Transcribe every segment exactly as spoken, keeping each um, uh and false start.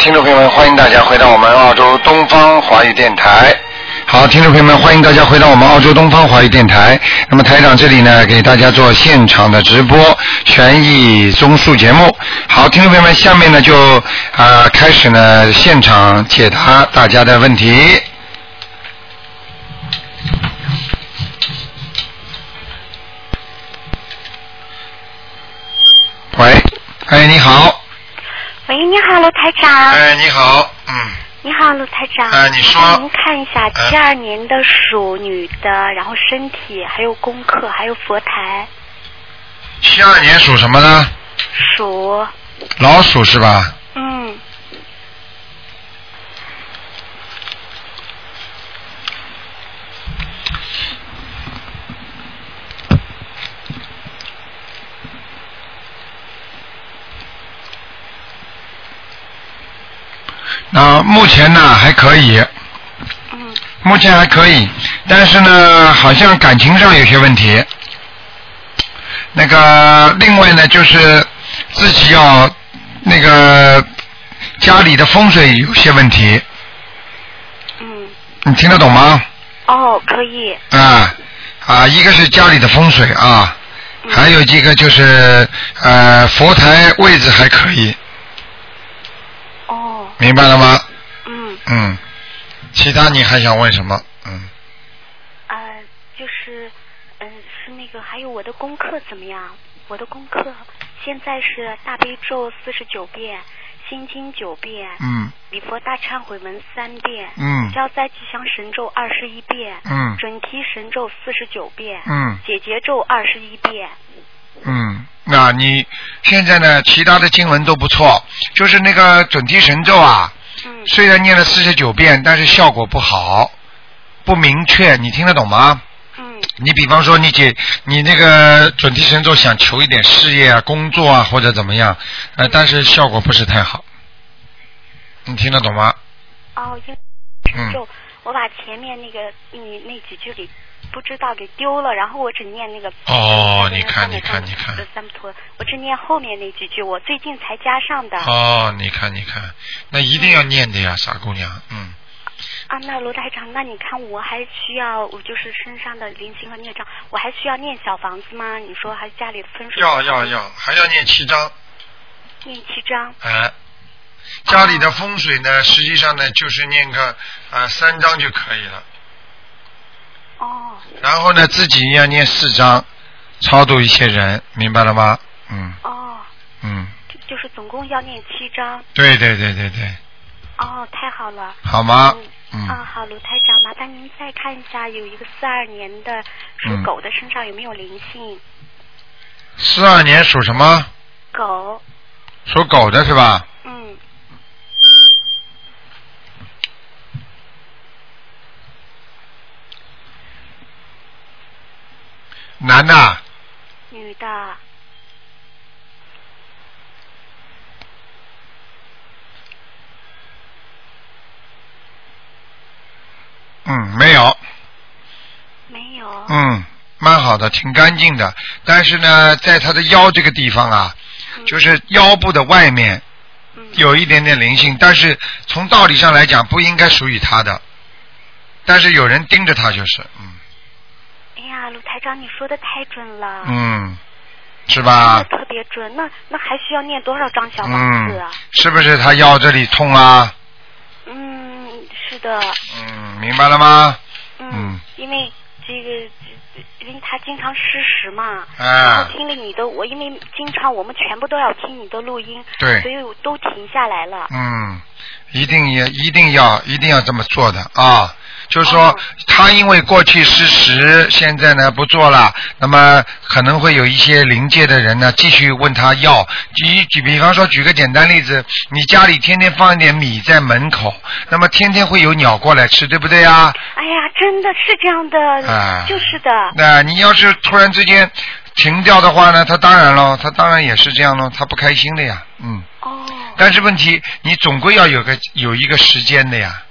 听众朋友们，欢迎大家回到我们澳洲东方华语电台。好，听众朋友们，欢迎大家回到我们澳洲东方华语电台。那么台长这里呢，给大家做现场的直播悬疑综述节目。好，听众朋友们，下面呢就啊、呃、开始呢现场解答大家的问题。喂，哎，你好。 喂，你好，卢台长。 哎，你好，嗯。 你好，卢台长。 哎，你说。 您看一下，七二年的属女的，然后身体，还有功课，还有佛台。 七二年属什么呢？ 属。 老鼠是吧？ 嗯。 那目前呢还可以， 嗯， 目前还可以，但是呢，好像感情上有些问题。那个，另外呢，就是自己要那个家里的风水有些问题。 嗯。 你听得懂吗？ 哦，可以。 啊啊，一个是家里的风水啊， 嗯、 还有一个就是呃佛台位置还可以。 哦。 明白了吗？ 嗯。 嗯，其他你还想问什么？嗯。 呃，就是嗯、呃，是那个，还有我的功课怎么样？我的功课现在是大悲咒四十九遍，心经九遍， 嗯， 礼佛大忏悔文三遍， 嗯， 消灾吉祥神咒二十一遍， 嗯， 准提神咒四十九遍， 嗯， 解结咒二十一遍。 嗯，那你现在呢？其他的经文都不错，就是那个准提神咒啊， 嗯， 虽然念了四十九遍，但是效果不好，不明确，你听得懂吗？ 嗯。 你比方说你解你那个准提神咒，想求一点事业啊、工作啊或者怎么样，呃，但是效果不是太好，你听得懂吗？ 哦，因为神咒、嗯、我把前面那个你那几句给。不知道给丢了，然后我只念那个哦，你看你看你看， 三图，我只念后面那几句，我最近才加上的。 哦，你看你看，那一定要念的呀，傻姑娘，嗯。 啊，那罗台长，那你看我还需要，我就是身上的灵性和孽障，我还需要念小房子吗？你说还家里的分数？ 要要要，还要念七章。 念七章。 哎，家里的风水呢，哦、实际上呢就是念个啊、呃、三章就可以了。 哦。 然后呢，自己要念四章，超度一些人，明白了吗？嗯。 哦。 嗯。 就, 就是总共要念七章。 对对对对对。 哦，太好了。 好吗？ 嗯。 嗯啊，好，卢台长，麻烦您再看一下，有一个四二年的属狗的身上有没有灵性？ 四二年属什么？ 狗。 属狗的是吧？ 嗯。 男的。 女的。 嗯，没有。 没有。 嗯，蛮好的，挺干净的。但是呢，在他的腰这个地方啊， 嗯、 就是腰部的外面， 嗯、 有一点点灵性，但是从道理上来讲，不应该属于他的。但是有人盯着他，就是，嗯。 哎呀，卢台长，你说的太准了。 嗯，是吧？ 真的特别准。那那还需要念多少张小房子啊？ 嗯，是不是他腰这里痛啊？ 嗯，是的。 嗯，明白了吗？ 嗯。 嗯因为这个，因为他经常失时嘛。 啊。 然后听了你的，我因为经常我们全部都要听你的录音。 对。 所以我都停下来了。 嗯，一定也一定要一定要这么做的啊。就是说， 哦、 他因为过去失时，现在呢不做了，那么可能会有一些灵界的人呢继续问他要。举举比方说，举个简单例子，你家里天天放一点米在门口，那么天天会有鸟过来吃，对不对啊？ 哎呀，真的是这样的， 啊、 就是的。 那你要是突然之间停掉的话呢，他当然了，他当然也是这样咯，他不开心的呀，嗯。 哦。 但是问题，你总归要有个有一个时间的呀。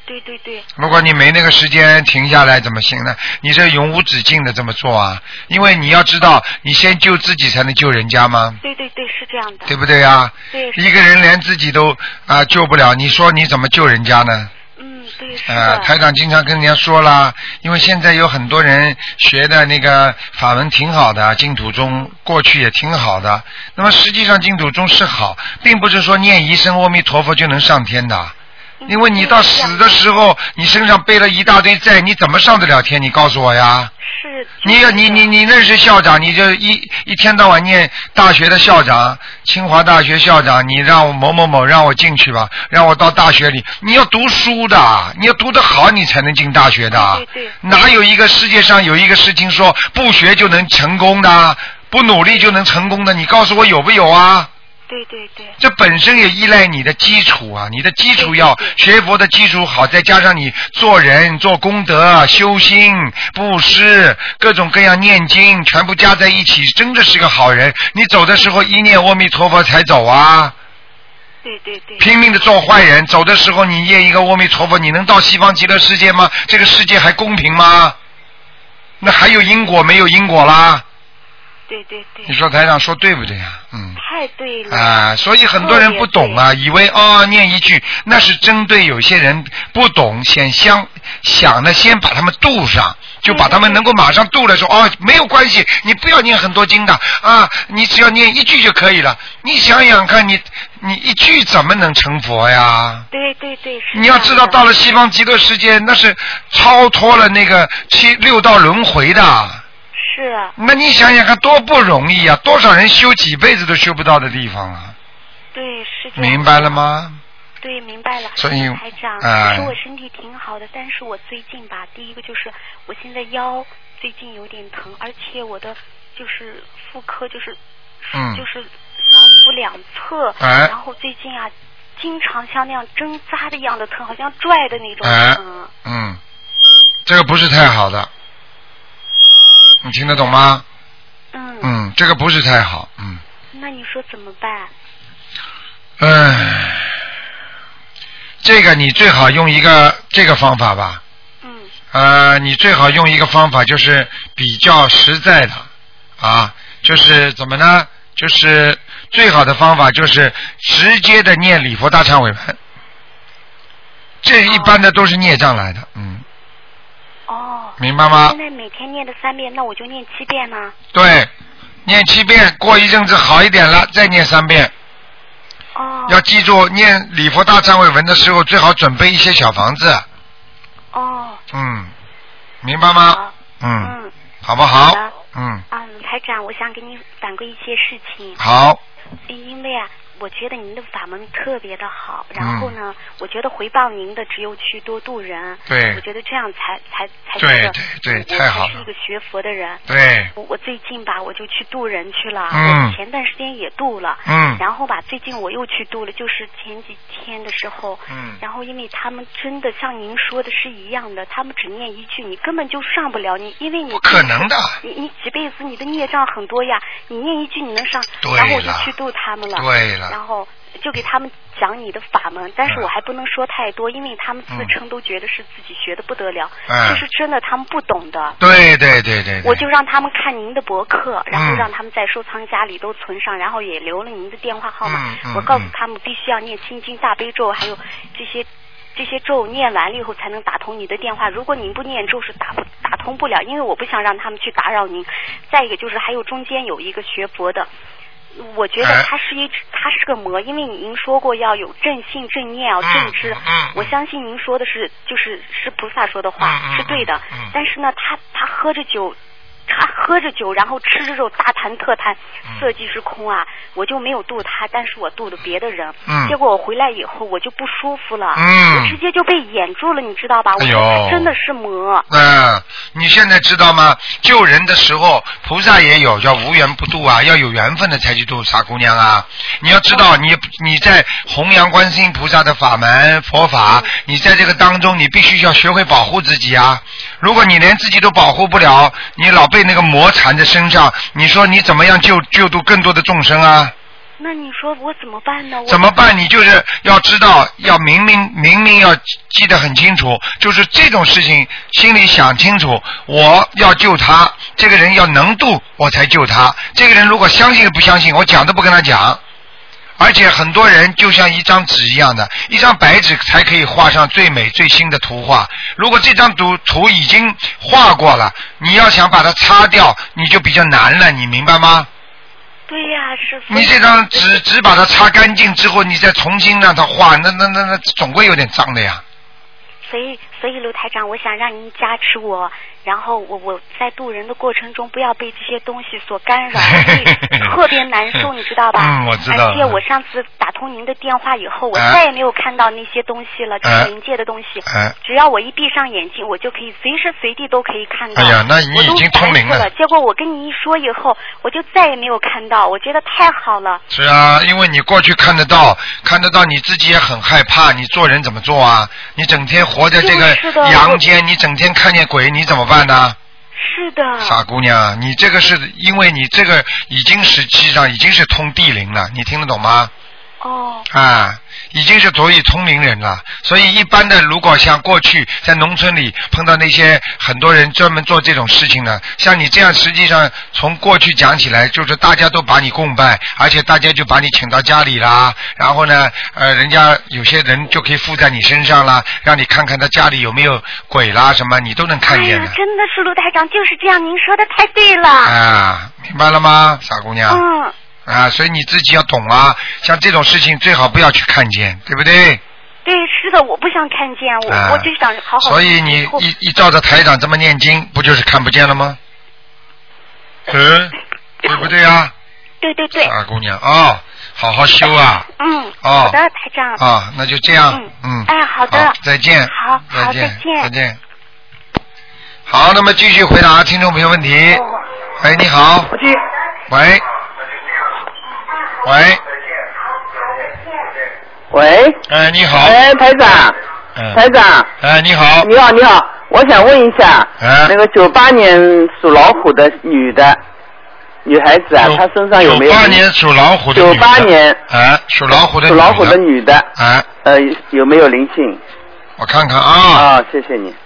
对对对。 如果你没那个时间停下来，怎么行呢？你这永无止境的这么做啊！因为你要知道，你先救自己才能救人家吗？ 对对对，是这样的。 对不对呀？ 对。 一个人连自己都啊、呃、救不了，你说你怎么救人家呢？ 嗯，对，是的。 呃，台长经常跟人家说啦，因为现在有很多人学的那个法门挺好的，净土宗过去也挺好的。那么实际上净土宗是好，并不是说念一声阿弥陀佛就能上天的。因为你到死的时候，你身上背了一大堆债，你怎么上得了天？你告诉我呀！ 是。 你你你你认识校长，你就一一天到晚念大学的校长，清华大学校长，你让我某某某让我进去吧，让我到大学里。你要读书的，你要读得好，你才能进大学的。 对对。 哪有一个世界上有一个事情说不学就能成功的，不努力就能成功的？你告诉我有没有啊？ 对对对， 这本身也依赖你的基础啊，你的基础要学佛的基础好，再加上你做人做功德、修心、布施，各种各样念经，全部加在一起，真的是个好人。你走的时候一念阿弥陀佛才走啊。 对对对。 拼命的做坏人，走的时候你念一个阿弥陀佛，你能到西方极乐世界吗？这个世界还公平吗？那还有因果没有因果啦？ 对对对。 你说台长说对不对啊？嗯。 太对了。 啊，所以很多人不懂啊，以为哦念一句，那是针对有些人不懂，先想想呢，先把他们渡上，就把他们能够马上渡了，说哦没有关系，你不要念很多经的啊，你只要念一句就可以了。你想想看，你你一句怎么能成佛呀？ 对对对，是。 你要知道，到了西方极乐世界，那是超脱了那个七六道轮回的。 是啊。 那你想想看，多不容易啊！多少人修几辈子都修不到的地方啊！ 对，是这样。 明白了吗？ 对，明白了。 所以台长， 呃、 其实我身体挺好的，但是我最近吧，第一个就是我现在腰最近有点疼，而且我的就是妇科就是， 嗯， 就是小腹两侧， 哎、 然后最近啊，经常像那样针扎的一样的疼，好像拽的那种疼。 哎、嗯，这个不是太好的。你听得懂吗？ 嗯。 嗯，这个不是太好，嗯。 那你说怎么办？ 唉，这个你最好用一个这个方法吧。 嗯。 呃，你最好用一个方法，就是比较实在的啊，就是怎么呢？就是最好的方法就是直接的念礼佛大忏悔文，这一般的都是孽障来的，嗯。 哦， 明白吗？ 现在每天念的三遍，那我就念七遍呢？ 对，念七遍，过一阵子好一点了，再念三遍。 哦。 要记住，念礼佛大忏悔文的时候，最好准备一些小房子。 哦。 嗯，明白吗？嗯。嗯。好不好？ 好嗯。 啊，台长，我想给你反馈一些事情。 好。 因为啊，我觉得您的法门特别的好，然后呢，嗯、我觉得回报您的只有去多度人。 对。 我觉得这样才才才觉得对对对，太好了。 我是一个学佛的人。 对。 我我最近吧，我就去度人去了。 嗯。 我前段时间也度了。 嗯。 然后吧，最近我又去度了，就是前几天的时候。 嗯。 然后因为他们真的像您说的是一样的，他们只念一句，你根本就上不了你，因为你不可能的。 你你几辈子你的孽障很多呀，你念一句你能上。 对了。 然后我就去度他们了。 对了。 然后就给他们讲你的法门，但是我还不能说太多，因为他们自称都觉得是自己学的不得了， 嗯、 其实真的他们不懂的。 对对对 对, 对。 我就让他们看您的博客，然后让他们在收藏夹里都存上，然后也留了您的电话号码。 嗯嗯、 我告诉他们必须要念心经、大悲咒，还有这些这些咒念完了以后才能打通你的电话。如果您不念咒是打不打通不了，因为我不想让他们去打扰您。再一个就是还有中间有一个学佛的。我觉得他是一他是个魔，因为您说过要有正信正念要正知，我相信您说的是就是是菩萨说的话是对的，但是呢他他喝着酒他喝着酒然后吃着肉大谈特谈，色即是空啊，我就没有度他，但是我度了别的人， 嗯、 结果我回来以后我就不舒服了， 嗯、 我直接就被掩住了，你知道吧？ 哎呦， 我真的是魔。 嗯，你现在知道吗？救人的时候，菩萨也有叫无缘不度啊，要有缘分的才去度傻姑娘啊。你要知道，你你在弘扬观世音菩萨的法门佛法，你在这个当中，你必须要学会保护自己啊。如果你连自己都保护不了，你老被那个魔缠在身上，你说你怎么样救救度更多的众生啊？ 那你说我怎么办呢？ 怎么办？你就是要知道，要明明明明要记得很清楚，就是这种事情心里想清楚，我要救他，这个人要能度我才救他。这个人如果相信不相信，我讲都不跟他讲。而且很多人就像一张纸一样的，一张白纸才可以画上最美最新的图画。如果这张图图已经画过了，你要想把它擦掉，你就比较难了，你明白吗？ 对呀，是。 你这张纸只把它擦干净之后，你再重新让它画，那那那那总归有点脏的呀。 所以，所以卢台长，我想让您加持我，然后我我在渡人的过程中不要被这些东西所干扰，会特别难受，你知道吧？ 嗯，我知道。 而且我上次打通您的电话以后，我再也没有看到那些东西了，这、呃、是灵界的东西。呃、只要我一闭上眼睛，我就可以随时随地都可以看到。 哎呀，那你已经通灵了。 了结果我跟你一说以后，我就再也没有看到，我觉得太好了。 是啊，因为你过去看得到，看得到，你自己也很害怕，你做人怎么做啊？你整天活在这个阳间，你整天看见鬼，你怎么办呢？ 是的。 傻姑娘，你这个是因为你这个已经实际上已经是通地灵了，你听得懂吗？ 哦。 啊，已经是足以通灵人了。所以一般的，如果像过去在农村里碰到那些很多人专门做这种事情呢，像你这样，实际上从过去讲起来，就是大家都把你供拜，而且大家就把你请到家里啦，然后呢，呃，人家有些人就可以附在你身上啦，让你看看他家里有没有鬼啦什么，你都能看见的。 哎呀，真的是卢台长，就是这样，您说的太对了。 啊，明白了吗，傻姑娘？ 嗯。 啊，所以你自己要懂啊，像这种事情最好不要去看见，对不对？ 对，是的，我不想看见，我、啊、我就想好好。 所以你一一照着台长这么念经，不就是看不见了吗？嗯，对不对啊？ 对对对。 傻姑娘啊、哦，好好修啊。 嗯。 哦。 好的，台长。 啊，那就这样。 嗯。 嗯哎，好的。 好，再见。 好， 再见。 再见。 再见。好，那么继续回答听众朋友问题。喂，你好。喂。喂， 喂， 哎，你好， 哎，台长， 嗯、 台长， 哎，你好， 你好，你好，我想问一下， 哎、 那个九八年属老虎的女的女孩子啊，她身上有没有？ 九八年属老虎的女的。 九八年， 哎，属老虎的女的。属老虎的女的， 哎， 呃，有没有灵性？ 我看看啊。 啊，谢谢你。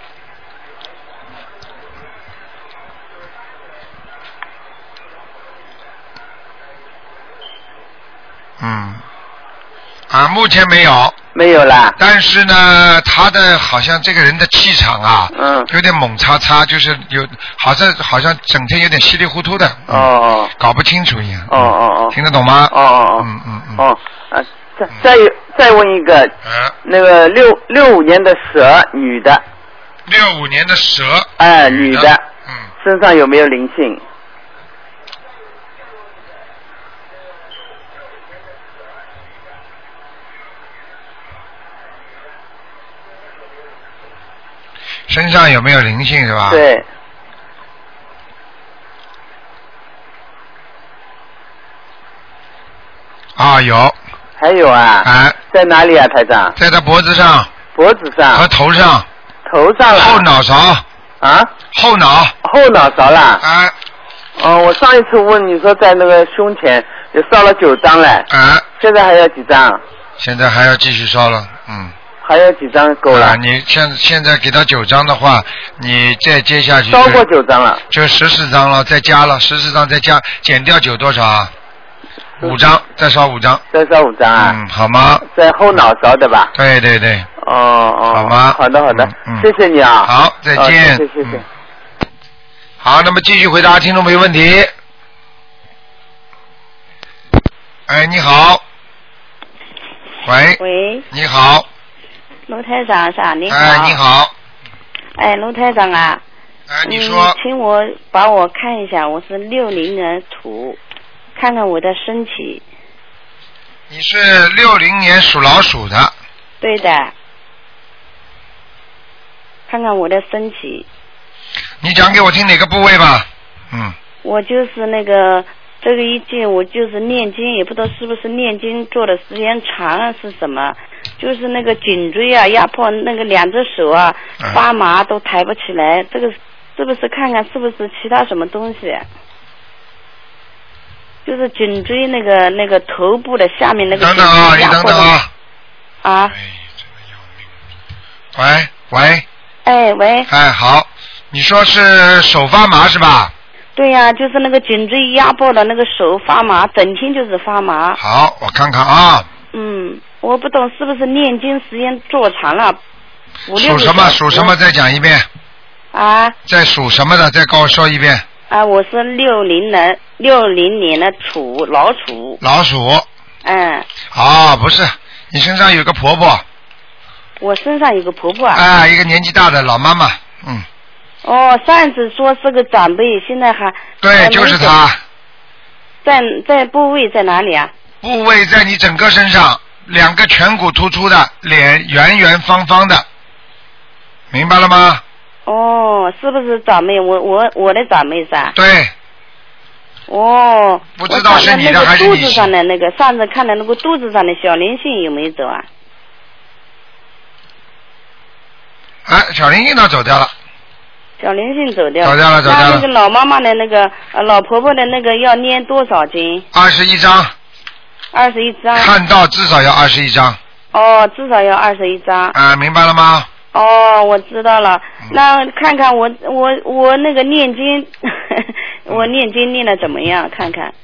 嗯，啊，目前没有， 没有啦。 但是呢，他的好像这个人的气场啊， 嗯， 有点猛叉叉，就是有，好像好像整天有点稀里糊涂的， 哦哦， 搞不清楚一样。 哦哦哦， 听得懂吗？ 哦哦哦， 嗯嗯嗯。 哦，啊，再再再问一个， 呃， 那个六六五年的蛇女的。 六五年的蛇。 哎，女的。 嗯。 身上有没有灵性？ 身上有没有灵性是吧？ 对。 啊，有。 还有啊？ 啊。 在哪里啊，台长？ 在他脖子上。 脖子上。 和头上。 头上了。 后脑勺。 啊？ 后脑。 后脑勺啦。 啊。 哦，我上一次问你说在那个胸前也烧了九张嘞。 啊。 现在还要几张？ 现在还要继续烧了，嗯。 还有几张够了？ 啊，你现现在给他九张的话，你再接下去烧过九张了， 就十四张了，再加了十四张，再加减掉九多少啊？五张，再烧五张。 再烧五张啊？ 嗯，好吗？ 在后脑勺的吧？ 对对对。 哦哦。 好吗？ 好的好的， 嗯， 谢谢你啊。 好，再见。 谢谢谢谢。 好，那么继续回答听众朋友问题。哎，你好。喂。 喂。 你好。 卢台长是吧？你好。 哎，你好。 哎，卢台长啊。 哎，你说。 嗯，请我把我看一下，我是六零年土，看看我的身体。 你是六零年属老鼠的。 对的。看看我的身体。 你讲给我听哪个部位吧？嗯。 我就是那个。这个一届我就是念经，也不知道是不是念经做的时间长了是什么，就是那个颈椎啊压迫，那个两只手啊发麻都抬不起来，这个是不是看看是不是其他什么东西？ 就是颈椎那个那个头部的下面那个。 等等啊，你等等啊。 啊。 哎，真的要命。喂喂。 哎喂。 哎好，你说是手发麻是吧？ 对呀、啊，就是那个颈椎压迫的那个手发麻，整天就是发麻。 好，我看看啊。 嗯，我不懂是不是念经时间做长了。 属什么？属什么？再讲一遍。 啊。 再属什么的？再跟我说一遍。 啊，我是六零的六零年的鼠老鼠。 老鼠。 嗯。 啊，不是，你身上有个婆婆。 我身上有个婆婆啊。 啊，一个年纪大的老妈妈，嗯。 哦，上次说是个长辈，现在还。 对，就是她。 在在部位在哪里啊？ 部位在你整个身上，两个颧骨突出的，脸圆圆方方的，明白了吗？ 哦，是不是长辈？我我我的长辈噻。 对。 哦。 不知道是你的还是你。 肚子上的那个，上次看的那个肚子上的小灵性有没有走啊？ 啊，小灵性倒走掉了。 小灵性走掉了。 走掉了，走掉了。 那那个老妈妈的那个呃老婆婆的那个要念多少经？ 二十一张。 二十一张。 看到至少要二十一张。 哦，至少要二十一张。 啊，明白了吗？ 哦，我知道了。嗯、那看看我我我那个念经，我念经念的怎么样？看看。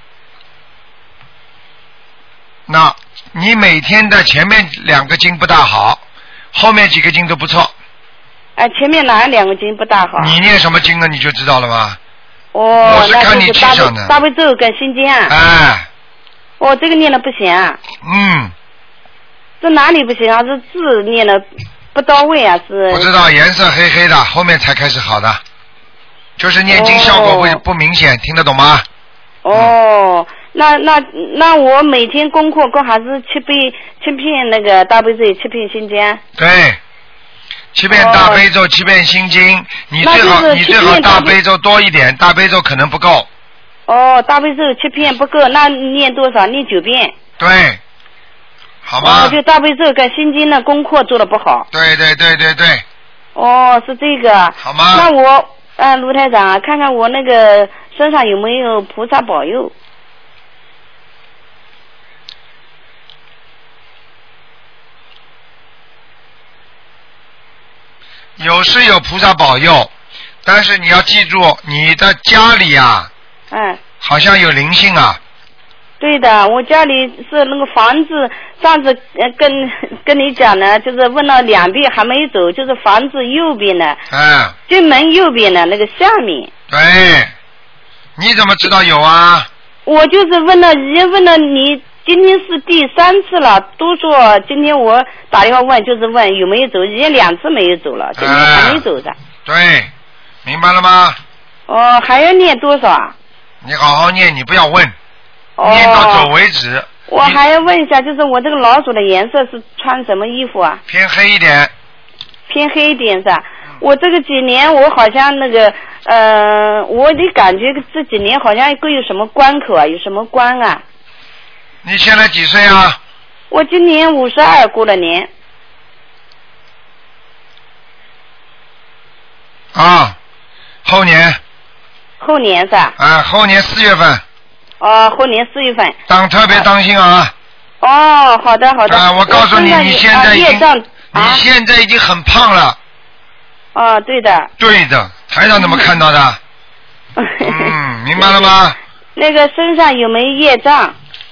那你每天的前面两个经不大好，后面几个经都不错。 哎，前面哪两个经不大好？ 你念什么经啊？你就知道了吗？ 哦， 我是看你气象的。 大悲咒跟心经啊。 哎。 哦，这个念的不行啊。 嗯。 这哪里不行啊？这字念的不到位啊，是。 不知道，颜色黑黑的，后面才开始好的，就是念经效果不、哦、不明显，听得懂吗？ 哦，嗯、那那那我每天功课功还是七遍七遍那个大悲咒，七遍心经。 对。七遍大悲咒，哦、七遍心经，你最好你最好大悲咒多一点，大悲咒可能不够。 哦，大悲咒七遍不够，那念多少？念九遍。 对，好吗？ 哦，就大悲咒跟心经的功课做的不好。 对对对对对。 哦，是这个。 好吗？ 那我呃，卢台长，看看我那个身上有没有菩萨保佑。 有是有菩萨保佑，但是你要记住，你的家里啊， 嗯， 好像有灵性啊。 对的，我家里是那个房子，上次呃跟跟你讲呢，就是问了两遍还没走，就是房子右边的， 嗯， 进门右边的那个下面。 对，你怎么知道有啊？ 我就是问了，已经问了你。今天是第三次了，都说今天我打电话问，就是问有没有走，已经两次没有走了，今天还没走的。 对，明白了吗？ 哦，还要念多少啊？ 你好好念，你不要问， 哦、 念到走为止。 我还要问一下，就是我这个老鼠的颜色是穿什么衣服啊？ 偏黑一点。 偏黑一点是吧？我这个几年我好像那个呃，我的感觉这几年好像各有什么关口啊，有什么关啊？ 你现在几岁啊？ 我今年五十二，过了年。 啊，后年。 后年是吧？ 啊，后年四月份。 哦，后年四月份。 当特别当心啊。 哦，好的好的。 啊，我告诉你，你现在已经， 啊、 你现在已经很胖了。 哦，对的。 对的，台长怎么看到的？嗯，明白了吗？ 那个身上有没有业障？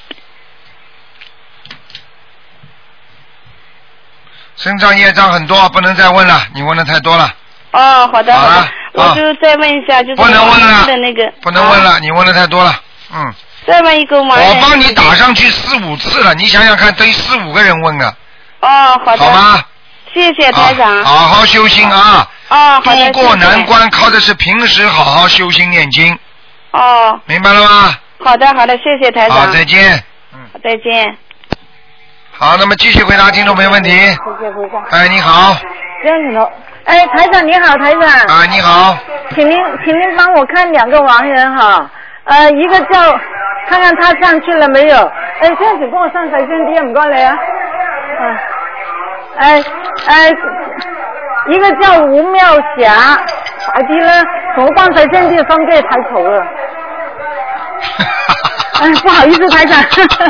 身上业障很多，不能再问了，你问的太多了。 哦，好的好的，我就再问一下，就是不能问了的那个， 不能问了，啊、你问的太多了，嗯。 再问一个吗？ 我帮你打上去四五次了，你想想看，等于四五个人问啊。 哦，好的。 好吗？ 谢谢台长。 啊、好好修心啊！ 哦，好的。 渡过难关靠的是平时好好修心念经。 哦。 明白了吗？ 好的，好的，谢谢台长。 好，再见。 嗯。再见。 好，那么继续回答听众朋友问题。谢谢回答。 哎，你好。 这样子的，哎，台长你好，台长。 啊，你好。 请您，请您帮我看两个亡人哈，呃，一个叫，看看他上去了没有？哎，这样子帮我上台先低，唔該你啊。嗯。哎哎，一個叫吳妙霞，快啲啦，同我幫手先啲心機太嘈啦。 嗯，不好意思，台长。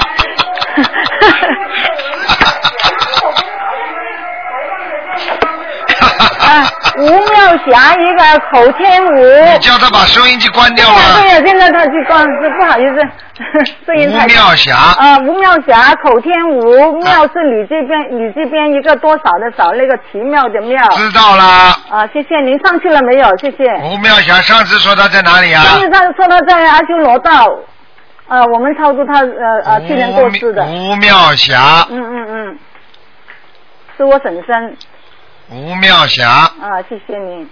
啊，吴妙霞一个口天吴。 你叫他把收音机关掉了。 对呀，现在他去关，是不好意思，声音太。 吴妙霞。 啊，吴妙霞，口天吴，妙是吕这边吕这边一个多少的少，那个奇妙的妙。 知道啦。 啊，谢谢您上去了没有？谢谢。 吴妙霞上次说他在哪里啊？ 上次他说他在阿修罗道，呃，我们超度他呃呃去年过世的。 吴妙霞。 嗯嗯嗯，是我婶婶。 吴妙霞。 啊，谢谢您。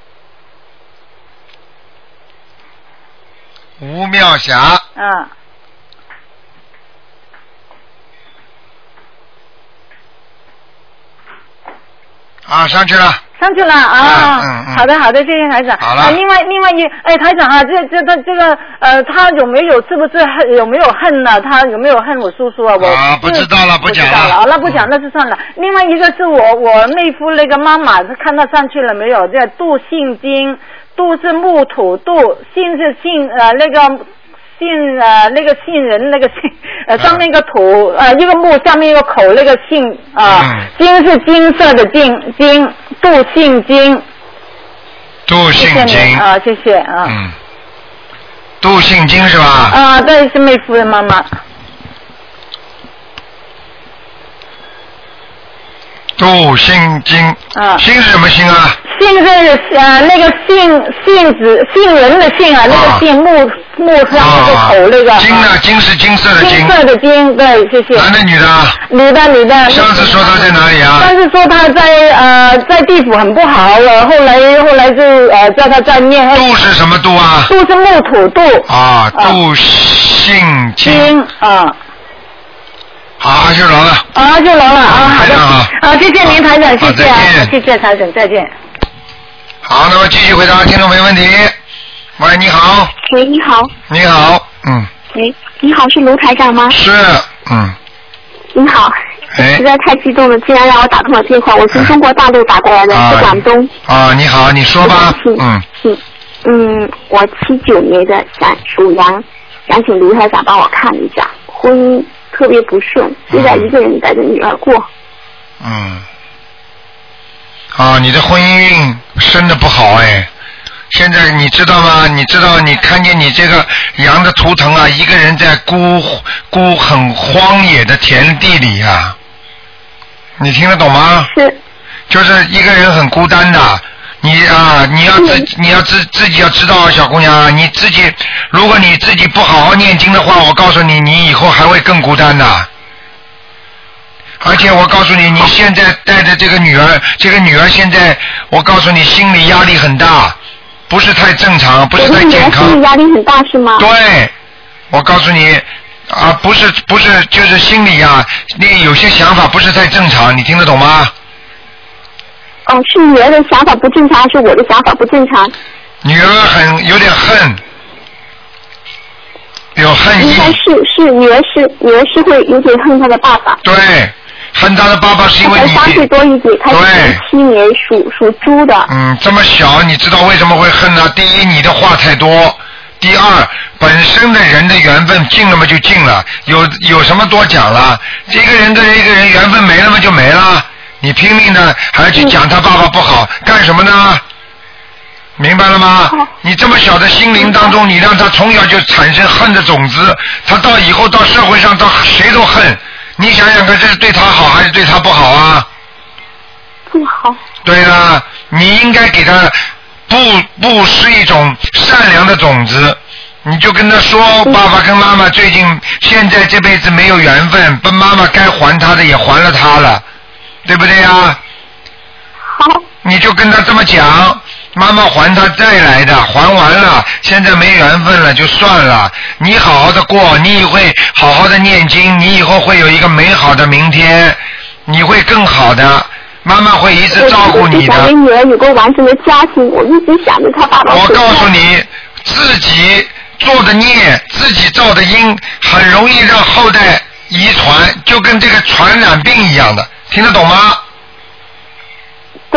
吴妙霞。 啊。 啊，上去了。 上去了啊！嗯嗯、好的好的，谢谢台长。 好了。 啊、另外另外一哎，台长啊，这这他这个呃，他有没有是不是恨有没有恨呢？他有没有恨我叔叔啊？我啊不知道了，不讲了。 了，那不讲那就算了。嗯、另外一个是我我妹夫那个妈妈，他看到上去了没有？这杜姓金，杜是木土杜，姓是姓呃那个。姓呃那个姓人那个姓呃上面一个土、嗯、呃一个木下面一个口那个姓啊、呃嗯、金是金色的金金杜姓金杜姓金啊谢谢啊嗯杜姓金是吧？ 啊对是妹夫的妈妈。 杜姓金啊姓是什么姓啊？ 姓是呃那个姓姓子姓人的姓啊，那个姓木木上那个口那个。 金呢？金是金色的金。 金色的金，对，谢谢。 男的女的？ 女的女的。 上次说他在哪里啊？ 上次说他在呃在地府很不好了，后来后来就呃叫他在念。 杜是什么杜啊？ 杜是木土杜。 啊，杜姓金。 啊。 好，就龙了。 啊，就龙了啊，好的。啊，谢谢您台长，谢谢啊，谢谢台长，再见。 好，那么继续回答听众朋友问题。喂，你好。 喂，你好。 你好，嗯。 喂，你好，是卢台长吗？ 是，嗯。 你好。 哎。 实在太激动了，竟然让我打通了电话，我从中国大陆打过来的，是广东。 啊，你好，你说吧。嗯。 嗯嗯，我七九年的闪属羊，想请卢台长帮我看一下婚姻。特别不顺，现在一个人带着女儿过。 嗯。啊，你的婚姻运生的不好哎。现在你知道吗？你知道你看见你这个羊的图腾啊，一个人在孤孤很荒野的田地里啊。你听得懂吗？ 是。 就是一个人很孤单的。你啊，你要自你要自自己要知道，小姑娘啊，你自己，如果你自己不好好念经的话，我告诉你，你以后还会更孤单的。而且我告诉你，你现在带着这个女儿，这个女儿现在，我告诉你，心理压力很大，不是太正常，不是太健康。 心理压力很大是吗？ 对，我告诉你啊，不是不是，就是心理啊，你有些想法不是太正常，你听得懂吗？ 哦，是女儿的想法不正常，还是我的想法不正常？ 女儿很有点恨，有恨意。 应该是是女儿是女儿是会有点恨她的爸爸。 对，恨她的爸爸是因为你。 她才三岁多一点，她是七年属属猪的。 嗯，这么小，你知道为什么会恨呢？第一，你的话太多；第二，本身的人的缘分尽了嘛就尽了，有有什么多讲了？这个人跟一个人缘分没了嘛就没了。你拼命的还要去讲他爸爸不好，嗯、干什么呢？明白了吗？你这么小的心灵当中，你让他从小就产生恨的种子，他到以后到社会上到谁都恨。你想想看，这是对他好还是对他不好啊？ 不好。 对了，你应该给他布布施一种善良的种子。你就跟他说，爸爸跟妈妈最近现在这辈子没有缘分，把妈妈该还他的也还了他了。对不对呀？ 好。 你就跟他这么讲，妈妈还他再来的，还完了，现在没缘分了，就算了。你好好的过，你也会好好的念经，你以后会有一个美好的明天，你会更好的。妈妈会一直照顾你的。 我女儿有个完整的家庭，我一直想着她爸爸。 我告诉你，自己做的孽，自己造的因，很容易让后代遗传，就跟这个传染病一样的。听得懂吗？ 懂。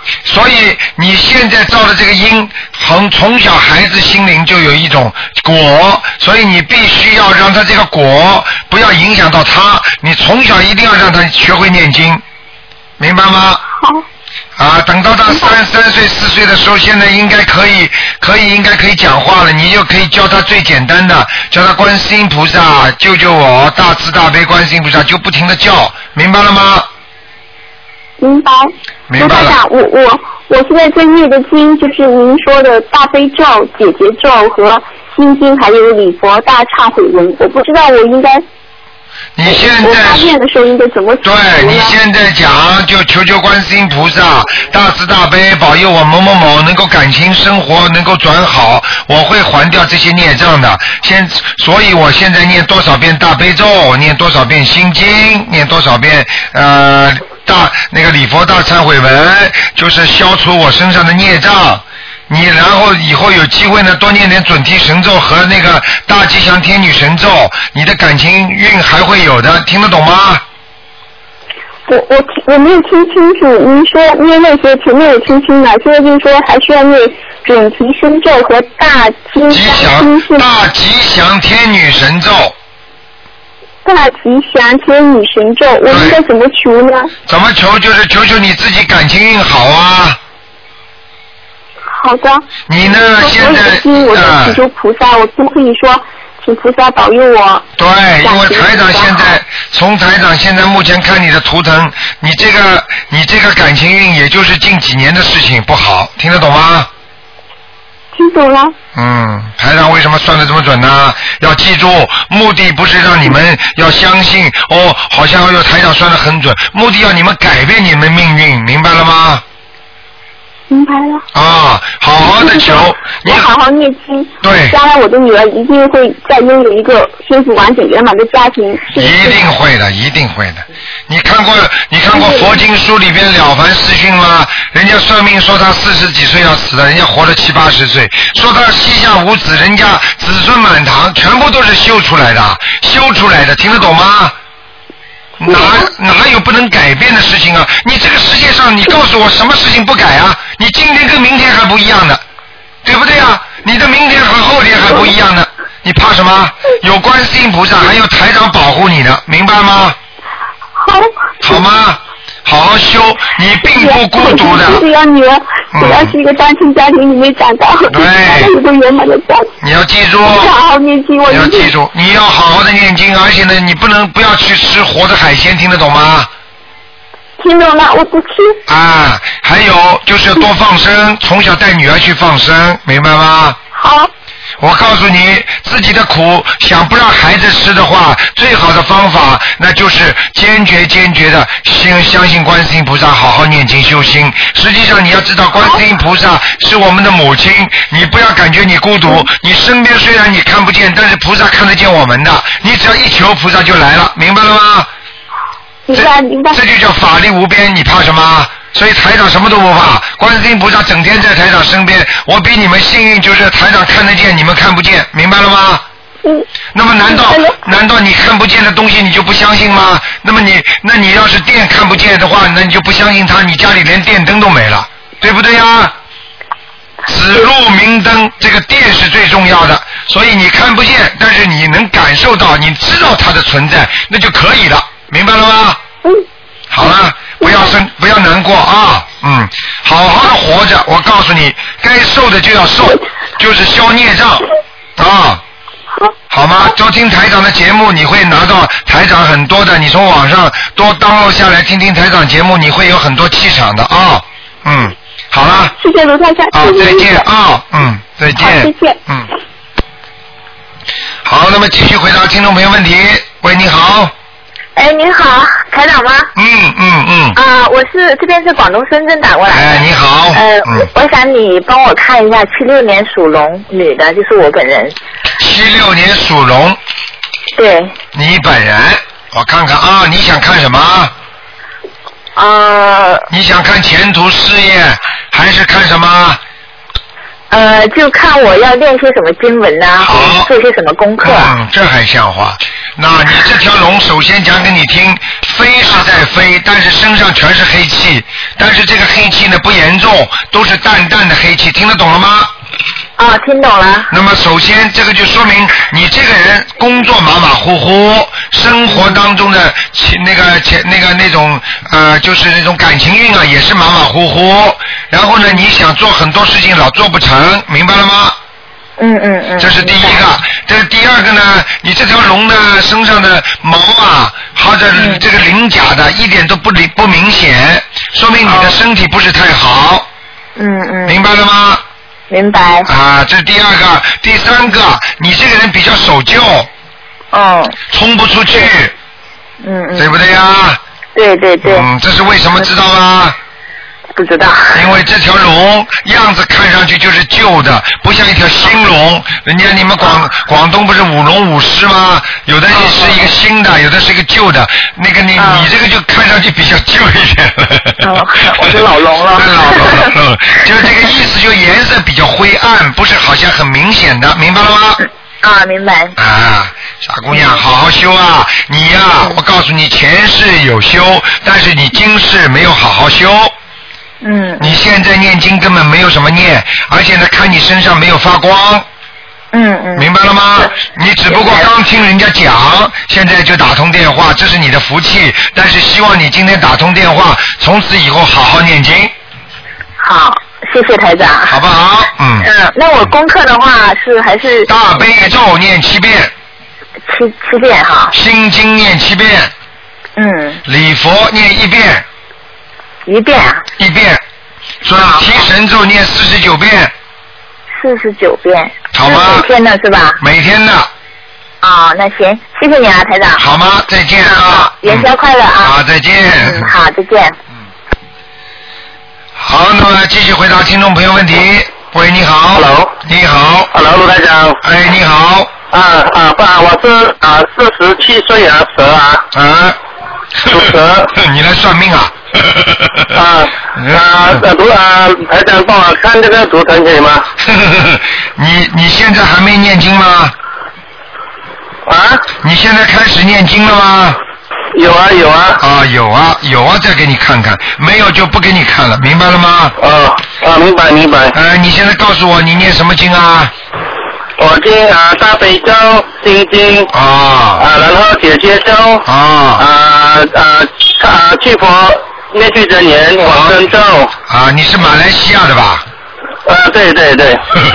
所以你现在造的这个因，从从小孩子心灵就有一种果，所以你必须要让他这个果不要影响到他，你从小一定要让他学会念经，明白吗？ 好。 啊，等到他三三岁四岁的时候，现在应该可以，可以应该可以讲话了。你就可以教他最简单的，教他观世音菩萨救救我，大慈大悲观世音菩萨，就不停的叫，明白了吗？ 明白。 明白了。 我我我现在在念的经就是您说的大悲咒、解结咒和心经，还有礼佛大忏悔文。我不知道我应该。 你现在我发愿的时候应该怎么对你现在讲，就求求观世音菩萨大慈大悲保佑我某某某能够感情生活能够转好，我会还掉这些孽障的。现所以我现在念多少遍大悲咒，念多少遍心经，念多少遍呃大那个礼佛大忏悔文，就是消除我身上的孽障。你然后以后有机会呢，多念点准提神咒和那个大吉祥天女神咒，你的感情运还会有的，听得懂吗？ 我我我没有听清楚，您说念那些前面有听清了，现在就是说还需要念准提神咒和大吉祥大吉祥天女神咒。 大吉祥天女神咒，我应该怎么求呢？ 怎么求？就是求求你自己感情运好啊。 好的。 你呢？现在我在祈求菩萨，我都可以说，请菩萨保佑我。 对，因为台长现在从台长现在目前看你的图腾，你这个你这个感情运也就是近几年的事情不好，听得懂吗？ 听懂了。 嗯，台长为什么算得这么准呢？要记住，目的不是让你们要相信哦，好像有台长算得很准，目的要你们改变你们命运，明白了吗？ 明白了。 啊，好好的求， 你好好念经。 对。 将来我的女儿一定会再拥有一个幸福完整圆满的家庭。 一定会的，一定会的。你看过你看过佛经书里边《了凡四训》吗？人家算命说他四十几岁要死的，人家活了七八十岁；说他膝下无子，人家子孙满堂，全部都是修出来的，修出来的，听得懂吗？哪哪有不能改变的事情啊？你这个世界上，你告诉我什么事情不改啊？你今天跟明天还不一样的，对不对啊？你的明天和后天还不一样的，你怕什么？有观世音菩萨，还有台长保护你的，明白吗？ 好。 好吗？好好修，你并不孤独的。 只要女儿，只要是一个单亲家庭里面长大， 对， 一个圆满的家庭。 你要记住， 好好念经，我你要记住，你要好好的念经，而且呢，你不能不要去吃活的海鲜，听得懂吗？ 听懂了，我不吃。 啊，还有就是多放生，从小带女儿去放生，明白吗？ 好。 我告诉你，自己的苦想不让孩子吃的话，最好的方法那就是坚决坚决的先相信观世音菩萨，好好念经修心。实际上你要知道，观世音菩萨是我们的母亲，你不要感觉你孤独，你身边虽然你看不见，但是菩萨看得见我们的，你只要一求，菩萨就来了，明白了吗？ 明白明白。 这就叫法力无边，你怕什么？所以台长什么都不怕，观世音菩萨整天在台长身边，我比你们幸运，就是台长看得见，你们看不见，明白了吗？ 嗯。 那么难道难道你看不见的东西你就不相信吗？那么你那你要是电看不见的话，那你就不相信它，你家里连电灯都没了，对不对呀？指路明灯，这个电是最重要的，所以你看不见，但是你能感受到，你知道它的存在，那就可以了，明白了吗？ 嗯。 好了，不要生，不要难过啊，嗯，好好的活着。我告诉你，该受的就要受，就是消孽障啊，好吗？多听台长的节目，你会拿到台长很多的。你从网上多download下来听听台长节目，你会有很多气场的啊，嗯，好了。 谢谢卢太太。 啊，再见啊，嗯，再见。 再见。 嗯。好，那么继续回答听众朋友问题。喂，你好。 哎，您好，台长吗？ 嗯嗯嗯。 啊、呃，我是这边是广东深圳打过来的。 哎，你好。 呃， 嗯、 我想你帮我看一下七六年属龙女的，就是我本人。 七六年属龙。 对。 你本人，我看看啊，你想看什么？ 呃。 你想看前途事业，还是看什么？ 呃，就看我要练些什么经文呐、或者做些什么功课。 嗯，这还像话。那你这条龙首先讲给你听，飞是在飞，但是身上全是黑气，但是这个黑气呢不严重，都是淡淡的黑气，听得懂了吗？ 啊，听懂了。 那么首先这个就说明你这个人工作马马虎虎，生活当中的那个那个那种呃就是那种感情运啊也是马马虎虎，然后呢你想做很多事情老做不成，明白了吗？ 嗯嗯嗯。 这是第一个，这是第二个呢，你这条龙呢身上的毛啊或者这个鳞甲的一点都不不明显，说明你的身体不是太好。 嗯嗯。 明白了吗？ 明白。 啊，这是第二个，第三个，你这个人比较守旧。 哦。 冲不出去。 嗯嗯。 对不对呀？ 对对对。 嗯，这是为什么知道吗？ 不知道。 因为这条龙样子看上去就是旧的，不像一条新龙。人家你们广广东不是舞龙舞狮吗？有的是一个新的，有的是一个旧的。那个你你这个就看上去比较旧一点了。 哦，我是老龙了。 老龙了，就是这个意思，就颜色比较灰暗，不是好像很明显的，明白了吗？ 啊，明白。 啊，傻姑娘，好好修啊！你呀、啊，我告诉你，前世有修，但是你今世没有好好修。 嗯。 你现在念经根本没有什么念，而且呢，看你身上没有发光。 嗯嗯。 明白了吗？你只不过刚听人家讲，现在就打通电话，这是你的福气。但是希望你今天打通电话，从此以后好好念经。 好，谢谢台长。 好不好？嗯。 嗯，那我功课的话是还是大悲咒念七遍。 七七遍哈。 心经念七遍。 嗯。 礼佛念一遍。 一遍啊。 一遍。准提神咒念四十九遍。 四十九遍。 好吗？ 每天的是吧？ 每天的。 啊，那行，谢谢你啊，台长。 好吗？再见啊！ 元宵快乐啊！ 好，再见。 嗯，好，再见。 好，那么继续回答听众朋友问题。喂，你好。 Hello。 你好。 Hello， 卢台长。 哎，你好。 啊啊爸，我是啊四十七岁啊蛇啊。 啊。 属蛇。 你来算命啊？ 啊啊卢啊台长帮我看这个图腾可以吗？ 你你现在还没念经吗？ 啊？ 你现在开始念经了吗？ 有啊有啊。 啊有啊有啊，再给你看看，没有就不给你看了，明白了吗？ 哦啊明白明白。 呃，你现在告诉我你念什么经啊？ 我经啊大悲咒、心经啊啊，然后解结咒啊啊啊啊去佛灭罪真言往生咒啊，你是马来西亚的吧？ 啊对对对。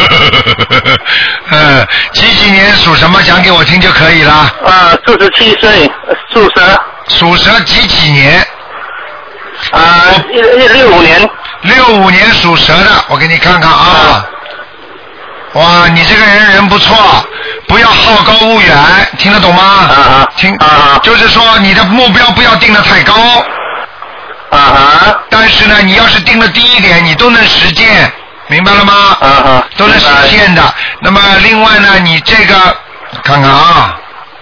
嗯，几几年属什么？讲给我听就可以了。 啊，四十七岁，属蛇。 属蛇几几年？ 啊，一六五年。 六五年属蛇的，我给你看看啊。哇，你这个人人不错，不要好高骛远，听得懂吗？ 啊啊。 听啊，就是说你的目标不要定得太高。 啊啊。 但是呢，你要是定的低一点，你都能实践。明白了吗？ 啊啊， 都能实现的。那么另外呢，你这个看看啊，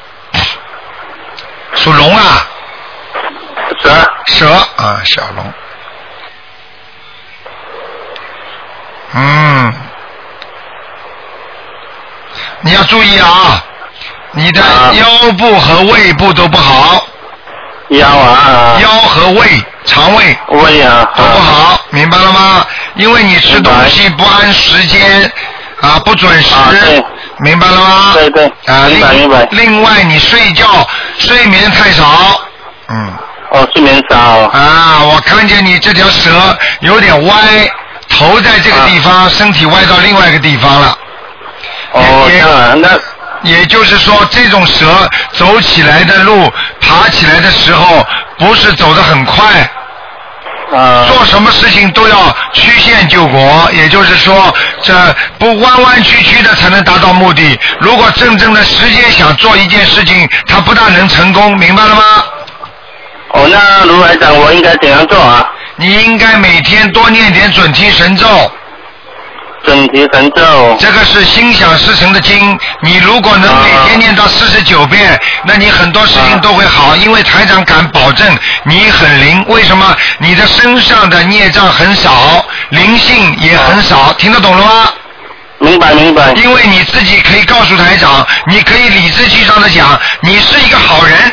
属龙啊， 蛇蛇啊，小龙。嗯，你要注意啊，你的腰部和胃部都不好。 腰啊。 腰和胃、肠胃。 胃啊。 都不好，明白了吗？因为你吃东西不按时间啊，不准时， 啊、 明白了吗？ 对对。 啊， 明白明白。 另外，你睡觉睡眠太少，嗯。 哦，睡眠少。 啊，我看见你这条蛇有点歪，头在这个地方，啊、身体歪到另外一个地方了。 哦，这样那。 也就是说，这种蛇走起来的路、爬起来的时候，不是走得很快。 啊。 做什么事情都要曲线救国，也就是说，这不弯弯曲曲的才能达到目的。如果真正的时间想做一件事情，它不大能成功，明白了吗？ 哦，那卢台长，我应该怎样做啊？ 你应该每天多念点准提神咒。 准提神咒， 这个是心想事成的经，你如果能每天念到四十九遍，那你很多事情都会好，因为台长敢保证你很灵。为什么？你的身上的孽障很少，灵性也很少，听得懂了吗？ 明白明白。 因为你自己可以告诉台长，你可以理直气壮的讲，你是一个好人。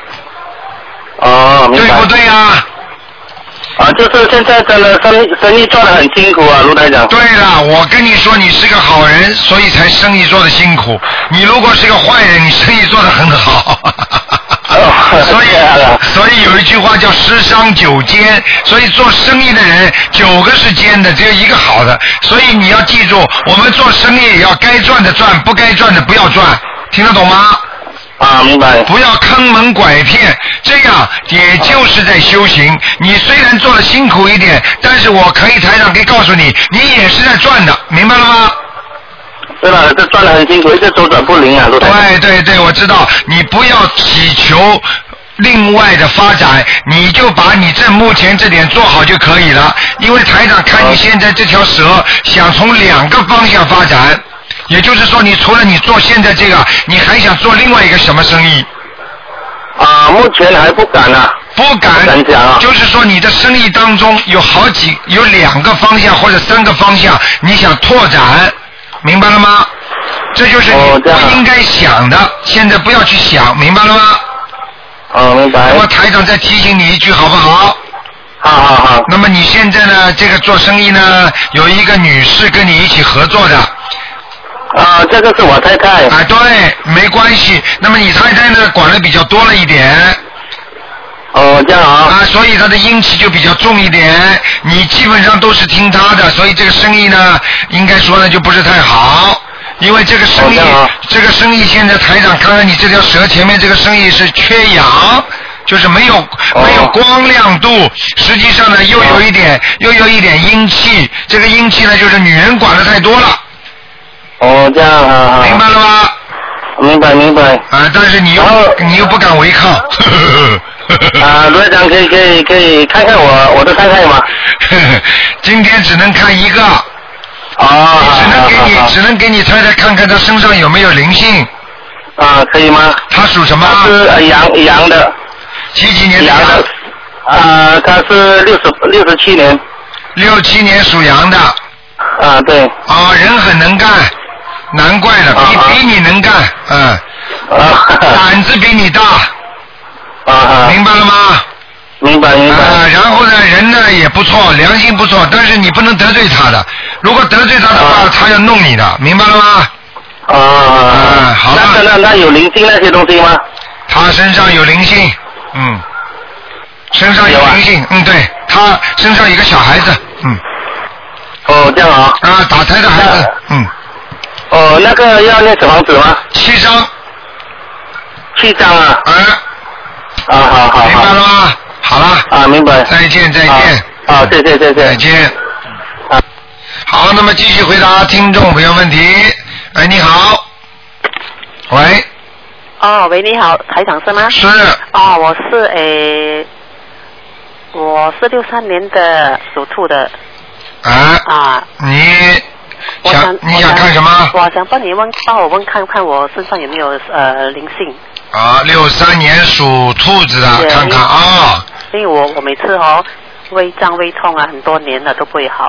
哦，明白。 对不对啊？ 啊，就是现在真的生意生意做得很辛苦啊，卢台长。 对了，我跟你说，你是个好人，所以才生意做得辛苦。你如果是个坏人，你生意做得很好。所以，所以有一句话叫十伤九奸，所以做生意的人九个是奸的，只有一个好的。所以你要记住，我们做生意也要该赚的赚，不该赚的不要赚，听得懂吗？ 啊，明白。 不要坑蒙拐骗，这样也就是在修行。你虽然做的辛苦一点，但是我可以台上可以告诉你，你也是在赚的，明白了吗？ 对了，这赚得很辛苦，一直周转不灵啊，卢台长。 对对对，我知道。你不要祈求另外的发展，你就把你这目前这点做好就可以了。因为台长看你现在这条蛇，想从两个方向发展。也就是说，你除了你做现在这个，你还想做另外一个什么生意？ 啊，目前还不敢啊。 不敢. 不敢讲啊。 就是说，你的生意当中有好几、有两个方向或者三个方向，你想拓展，明白了吗？这就是你不应该想的，哦、现在不要去想，明白了吗？ 哦，明白。 那么台长再提醒你一句，好不好？ 好好好。 那么你现在呢？这个做生意呢，有一个女士跟你一起合作的。 啊，这个是我太太。 啊，对，没关系。那么你太太呢，管的比较多了一点。 哦，这样啊。 啊，所以她的阴气就比较重一点。你基本上都是听她的，所以这个生意呢，应该说呢就不是太好。因为这个生意， 哦、 这个生意现在台长看看你这条蛇前面这个生意是缺氧。就是没有没有光亮度，实际上呢又有一点又有一点阴气，这个阴气呢就是女人管的太多了。 哦，这样啊。 明白了吗？ 明白明白。 啊，但是你又你又不敢违抗。 啊，罗长可以可以可以看看我我的太太吗？ 今天只能看一个。 啊。 你只能给你只能给你太太看看她身上有没有灵性。 啊，可以吗？ 她属什么？ 她是呃羊羊的。 几几年的羊？ 啊，他是六十六十七年。 六七年属羊的。 啊，对。 啊，人很能干，难怪了，比、啊、比你能干，嗯。啊。胆子比你大。 啊。 明白了吗？ 明白明白。 啊，然后呢，人呢也不错，良心不错，但是你不能得罪他的，如果得罪他的话，啊、他要弄你的，明白了吗？ 啊。啊， 好了。 那那那有灵性那些东西吗？ 他身上有灵性。嗯，身上有灵性，嗯，对，他身上有个小孩子，嗯。 哦，这样啊。 啊，打胎的孩子，嗯。 哦，那个要念小房子吗？ 七张。 七张啊。 啊。 啊，好好。 明白了吗？好了。 啊，明白。 再见，再见。 啊，谢谢，谢谢。 再见。啊。好，那么继续回答听众朋友问题。哎，你好。喂。 哦，喂，你好，台长是吗？ 是。 哦，我是诶，我是六三年的属兔的。 啊。 啊。 你想你想看什么？ 我想帮你问，帮我问看看我身上有没有呃灵性。 啊，六三年属兔子的，看看啊。 因为我我每次哦胃胀胃痛啊，很多年了都不会好。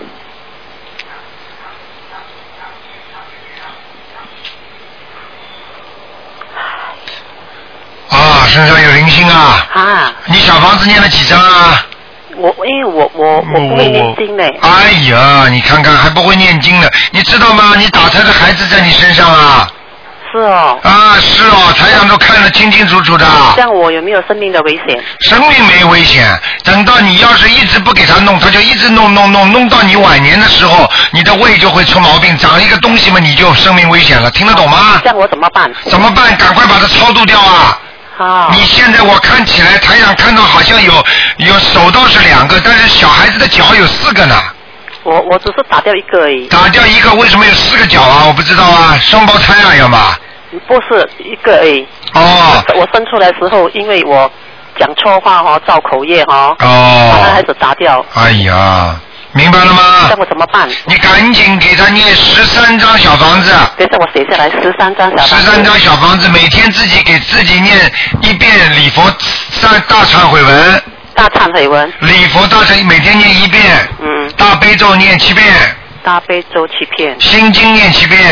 啊，身上有灵性啊！ 啊！ 你小房子念了几张啊？ 我因为我我我不会念经嘞。 哎呀，你看看还不会念经呢，你知道吗？你打胎的孩子在你身上啊。 是哦。 啊，是哦，台上都看得清清楚楚的。 这样我有没有生命的危险？ 生命没危险，等到你要是一直不给他弄，他就一直弄弄弄弄到你晚年的时候，你的胃就会出毛病，长一个东西嘛，你就生命危险了，听得懂吗？ 这样我怎么办？ 怎么办？赶快把它超度掉啊！ 啊！ 你现在我看起来台上看到好像有有手倒是两个，但是小孩子的脚有四个呢。 我我只是打掉一个而已。 打掉一个，为什么有四个脚啊？我不知道啊，双胞胎啊，要吗？ 不是一个而已。 哦。 我生出来的时候，因为我讲错话哈、哦，造口业哈、哦。 哦。 把他孩子打掉。 哎呀。明白了吗？ 那我怎么办？ 你赶紧给他念十三张小房子。 等一下我写下来，十三张小房子。 十三张小房子，每天自己给自己念一遍礼佛三大忏悔文。 大忏悔文。 礼佛大忏，每天念一遍。 嗯。 大悲咒念七遍。 大悲咒七片， 心经念七遍。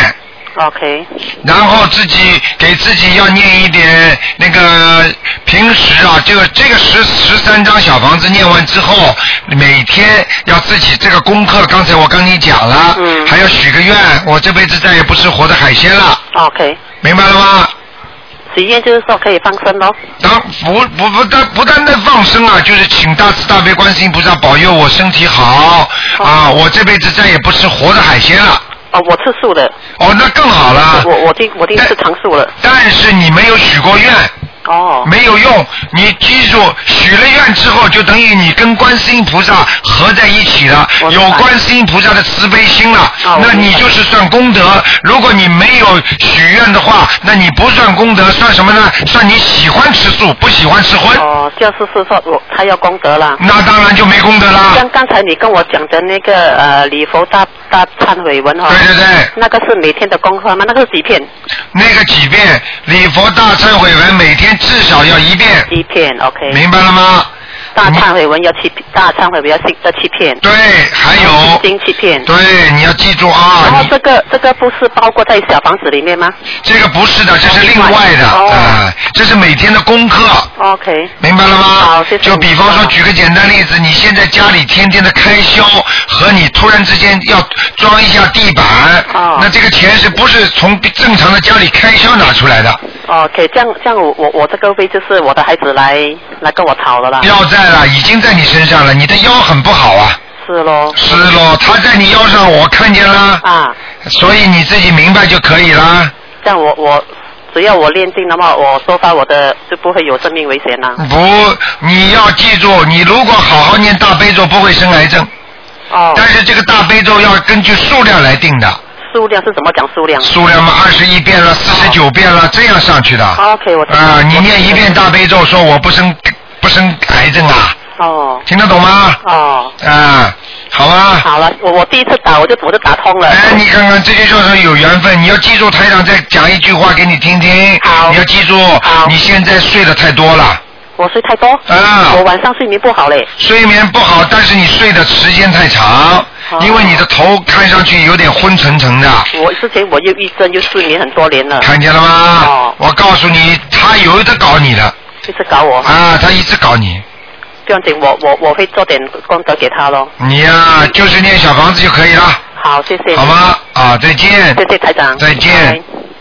OK。 然后自己给自己要念一点那个平时啊，这个这个十十三张小房子念完之后，每天要自己这个功课，刚才我跟你讲了，嗯，还要许个愿，我这辈子再也不吃活的海鲜了。 OK。 明白了吗？ 许愿就是说可以放生咯。 当不不不但不单单放生啊，就是请大慈大悲观世音菩萨保佑我身体好、哦、啊，我这辈子再也不吃活的海鲜了。 哦，我吃素的。 哦，那更好了。 我我定我定吃长素了。 但是你没有许过愿。 哦。没有用，你记住，许了愿之后，就等于你跟观世音菩萨合在一起了，有观世音菩萨的慈悲心了，哦、那你就是算功德。如果你没有许愿的话，那你不算功德，算什么呢？算你喜欢吃素，不喜欢吃荤。 哦，就是是说我他要功德了。 那当然就没功德啦。 像刚才你跟我讲的那个呃礼佛大大忏悔文哈、哦。 对对对。 那个是每天的功课吗？那个是几片？ 那个几遍礼佛大忏悔文每天至少要一遍。 一片 OK。 明白了吗？ 大忏悔文要七，大忏悔文要要七片。 对，还有心七片。 对，你要记住啊。 然后这个这个不是包括在小房子里面吗？ 这个不是的，这是另外的， 哦、 呃，这是每天的功课。 OK。 明白了吗？ 好，谢谢。 就比方说，举个简单例子，你现在家里天天的开销和你突然之间要装一下地板，哦、那这个钱是不是从正常的家里开销拿出来的？ OK， 这样这样我我我这个位就是我的孩子来来跟我讨了啦。 要债了，已经在你身上了，你的腰很不好啊。 是咯。 是咯，他在你腰上，我看见了。 啊。 所以你自己明白就可以了。 这样我我只要我练定的话，我说发我的就不会有生命危险啦。 不，你要记住，你如果好好念大悲咒，不会生癌症。 哦。 但是这个大悲咒要根据数量来定的。 数量是怎么讲数量？ 数量嘛，二十一遍了，四十九遍了，这样上去的。 OK， 我啊、呃，你念一遍大悲咒，说我不生不生癌症啊。 哦。 听得懂吗？ 哦。 啊，好吧。 好了，我我第一次打我就我就打通了。 哎，你看看，这就叫做有缘分。你要记住，台长再讲一句话给你听听。 好。 你要记住，你现在睡得太多了。 我睡太多。 啊。 我晚上睡眠不好嘞。 睡眠不好，但是你睡的时间太长。因为你的头看上去有点昏沉沉的。 我之前我忧郁症又睡眠很多年了。 看见了吗？哦。我告诉你，他有的搞你的。 一直搞我。 啊，他一直搞你。 不用紧，我我我会做点功德给他咯。 你呀、啊，就是念小房子就可以了。 好，谢谢。 好吗？啊，再见。 谢谢台长。 再见。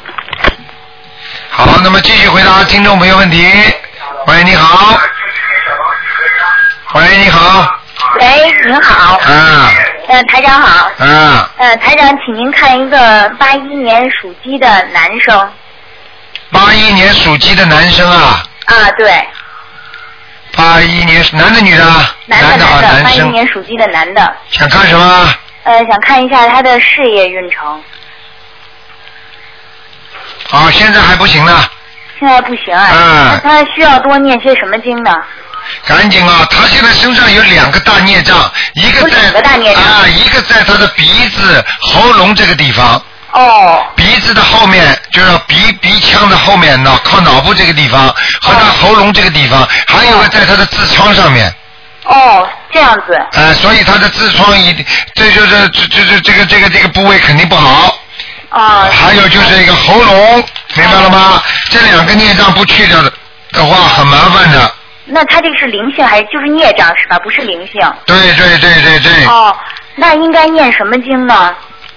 好，那么继续回答听众朋友问题。喂，你好。喂，你好。 喂，您好。 啊。 呃，台长好。 啊。 呃，台长，请您看一个八一年属鸡的男生。 八一年属鸡的男生啊。 啊，对。 八一年男的女的？ 男的男的， 男的八一年属鸡的男的。 想看什么？ 呃，想看一下他的事业运程。 好，现在还不行呢。 现在不行啊。 嗯。 他需要多念些什么经呢？ 赶紧啊！他现在身上有两个大孽障，一个在两个大孽障啊，一个在他的鼻子、喉咙这个地方。 哦。 鼻子的后面就是鼻鼻腔的后面脑靠脑部这个地方和他喉咙这个地方，还有个在他的痔疮上面。 哦，这样子。 呃，所以他的痔疮一定，这就是这这这这个这个这个部位肯定不好。 啊。 还有就是一个喉咙，明白了吗？这两个孽障不去掉的的话，很麻烦的。 那他这个是灵性还是就是孽障是吧？不是灵性。 对对对对对。 哦，那应该念什么经呢？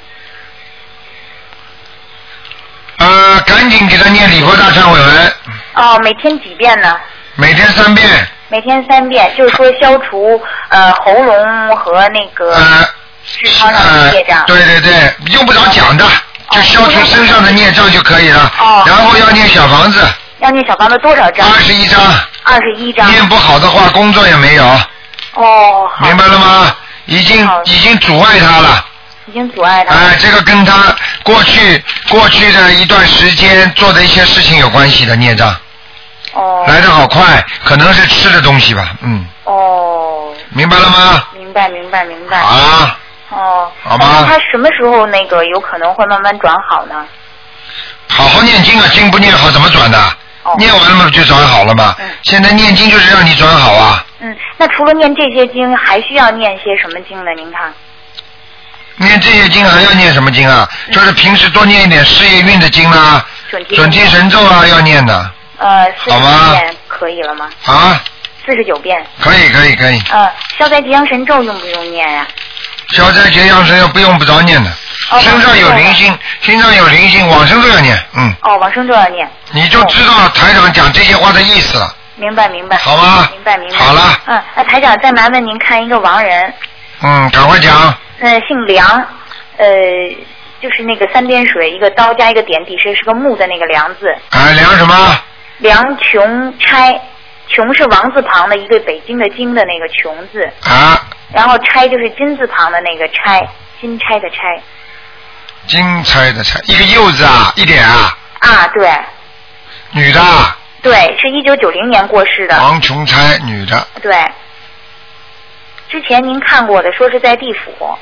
呃，赶紧给他念礼佛大忏悔文。 哦，每天几遍呢？ 每天三遍。 每天三遍，就是说消除呃喉咙和那个痔疮上的孽障。 呃。对对对，用不着讲的，就消除身上的孽障就可以了。哦。然后要念小房子。 要念小房子多少张？ 二十一张。 二十一张。 念不好的话，工作也没有。 哦。 明白了吗？已经已经阻碍他了。 已经阻碍他。 哎，这个跟他过去过去的一段时间做的一些事情有关系的孽障。 哦。 来得好快，可能是吃的东西吧，嗯。 哦。 明白了吗？ 明白明白明白。 好啊。 哦。 好吧。 他什么时候那个有可能会慢慢转好呢？ 好好念经啊，经不念好怎么转的？哦、念完了嘛就转好了嘛。嗯。现在念经就是让你转好啊。 嗯，那除了念这些经，还需要念些什么经呢？您看。 念这些经还要念什么经啊？嗯、就是平时多念一点事业运的经啊，准提神咒啊要念的。 呃，四十九遍可以了吗？ 啊？ 四十九遍。 可以可以可以。 呃，消灾吉祥神咒用不用念呀、 啊？消灾吉祥神咒不用不着念的。哦、身上有灵性，身上有灵性，往生咒要念，嗯。 哦，往生咒要念。 你就知道台长讲这些话的意思了。 明白明白。 好吗？ 明白明白。 好了。 嗯，那台长再麻烦您看一个亡人。 嗯，赶快讲。 呃，姓梁，呃，就是那个三点水，一个刀加一个点，底下是个木的那个梁字。 啊，梁什么？ 梁琼钗，琼是王字旁的一个北京的京的那个琼字。 啊。 然后钗就是金字旁的那个钗，金钗的钗。 金钗的钗，一个柚子啊，一点啊。 啊，对。 女的。 对，是一九九零年过世的。 王琼钗，女的。 对。之前您看过的，说是在地府。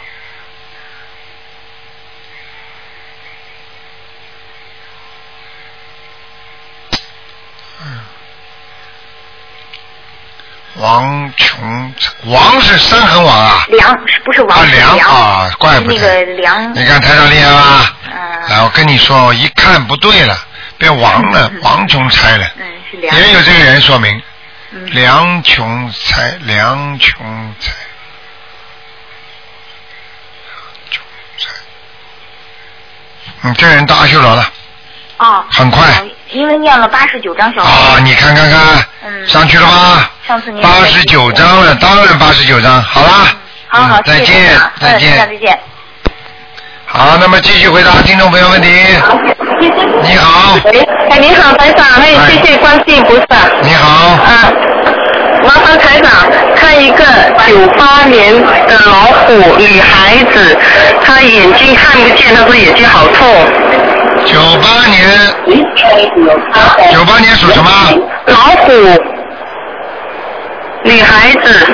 嗯。王琼，王是三横王啊。 梁不是王。 啊，梁啊，怪不得。 那个梁。 你看台上厉害吧？ 嗯。 啊，我跟你说，我一看不对了，变王了，嗯、王琼钗了。 嗯，是梁。 也有这个人说明。 嗯。 梁琼钗，梁琼钗。嗯，这人到阿修罗了。 哦。 很快。 因为念了八十九章小。 啊，你看看看。 嗯。 上去了吗？ 上次您。 八十九章了，当然八十九章，好啦。 嗯、好好， 嗯、再见，再见， 再见。 好，那么继续回答听众朋友问题。你好。 喂，哎，你好，台长，哎，谢谢观世音菩萨。 你好。 啊。麻烦台长看一个九八年的老虎女孩子，她眼睛看不见，她说眼睛好痛。 九八年，九八年属什么？ 老虎女孩子。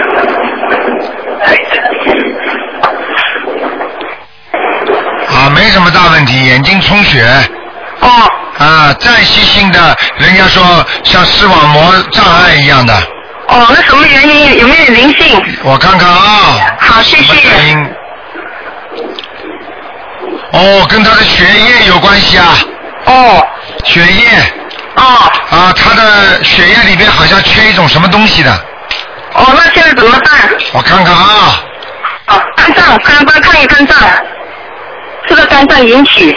啊，没什么大问题，眼睛充血。 哦。 啊，暂时性的，人家说像视网膜障碍一样的。 哦，那什么原因？有没有灵性？ 我看看啊。 好，谢谢。 哦，跟他的血液有关系啊。 哦。 血液。 哦。 啊，他的血液里边好像缺一种什么东西的。 哦，那现在怎么办？ 我看看啊。 哦，肝脏，肝脏看一肝脏，是个肝脏引起。